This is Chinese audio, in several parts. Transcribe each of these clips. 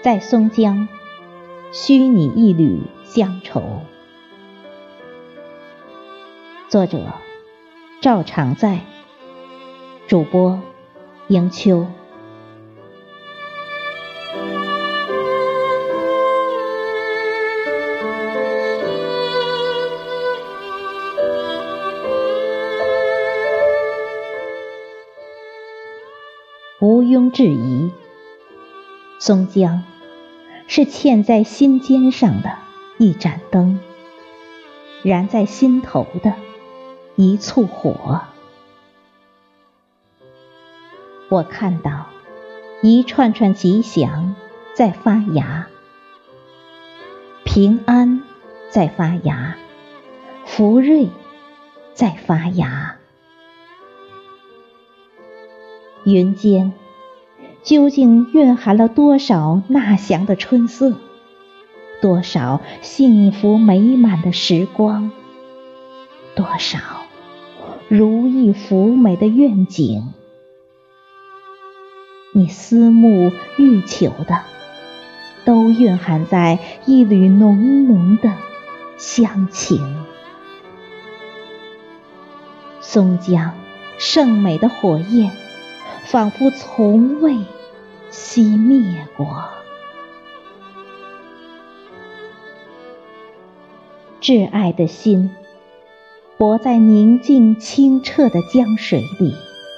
在松江，虚拟一缕乡愁。作者：赵常在，主播：迎秋。毋庸置疑，松江是嵌在心尖上的一盏灯，燃在心头的一簇火。我看到一串串吉祥在发芽，平安在发芽，福瑞在发芽。云间究竟蕴含了多少纳祥的春色，多少幸福美满的时光，多少如意福美的愿景。你思慕欲求的，都蕴含在一缕浓浓的乡情。松江圣美的火焰仿佛从未熄灭过。挚爱的心泊在宁静清澈的江水里，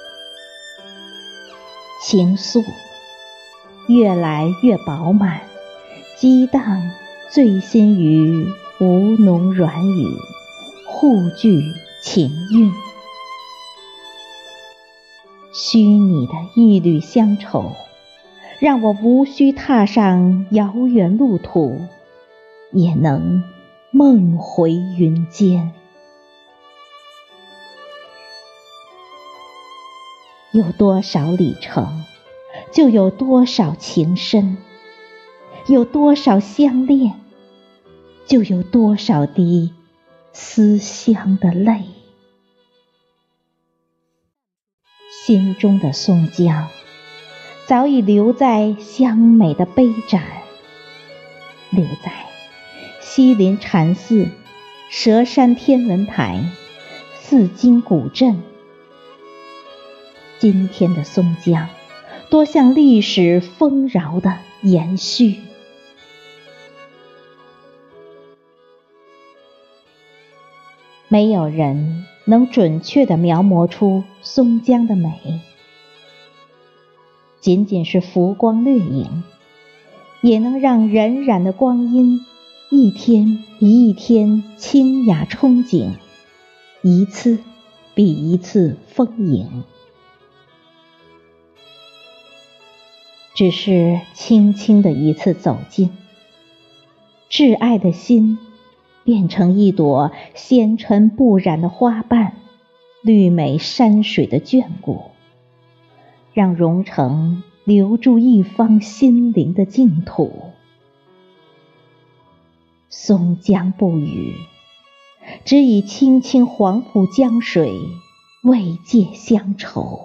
情愫越来越饱满，激荡醉心于吴侬软语，互具情韵。虚拟的一缕乡愁，让我无需踏上遥远路途，也能梦回云间。有多少里程，就有多少情深；有多少相恋，就有多少滴思乡的泪。心中的松江早已留在香美的杯盏，留在西林禅寺、佘山天文台、四金古镇。今天的松江多像历史丰饶的延续。没有人能准确地描摹出松江的美，仅仅是浮光掠影，也能让荏苒的光阴一天比一天清雅憧憬，一次比一次丰盈。只是轻轻的一次走近，挚爱的心变成一朵纤尘不染的花瓣，绿美山水的眷顾，让蓉城留住一方心灵的净土。松江不语，只以轻轻黄浦江水慰藉乡愁。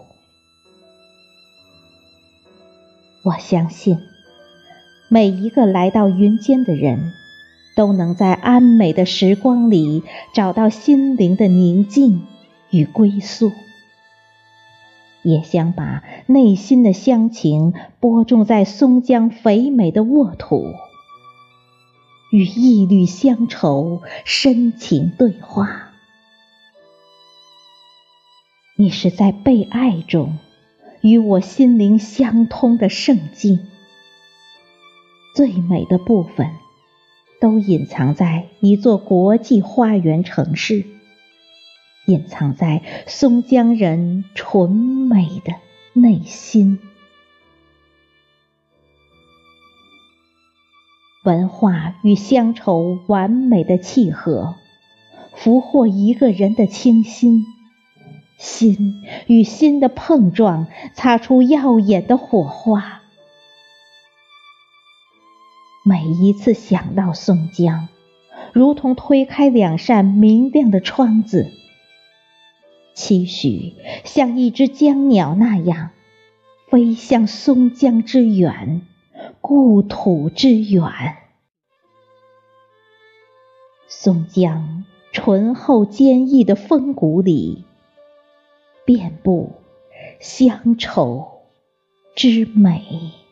我相信每一个来到云间的人，都能在安美的时光里找到心灵的宁静与归宿，也想把内心的乡情播种在松江肥美的沃土，与一缕乡愁深情对话。你是在被爱中与我心灵相通的圣境，最美的部分都隐藏在一座国际花园城市，隐藏在松江人纯美的内心。文化与乡愁完美的契合，俘获一个人的清新，心与心的碰撞，擦出耀眼的火花。每一次想到松江，如同推开两扇明亮的窗子，期许像一只江鸟那样飞向松江之远， 故土之远。松江醇厚坚毅的风骨里，遍布乡愁之美。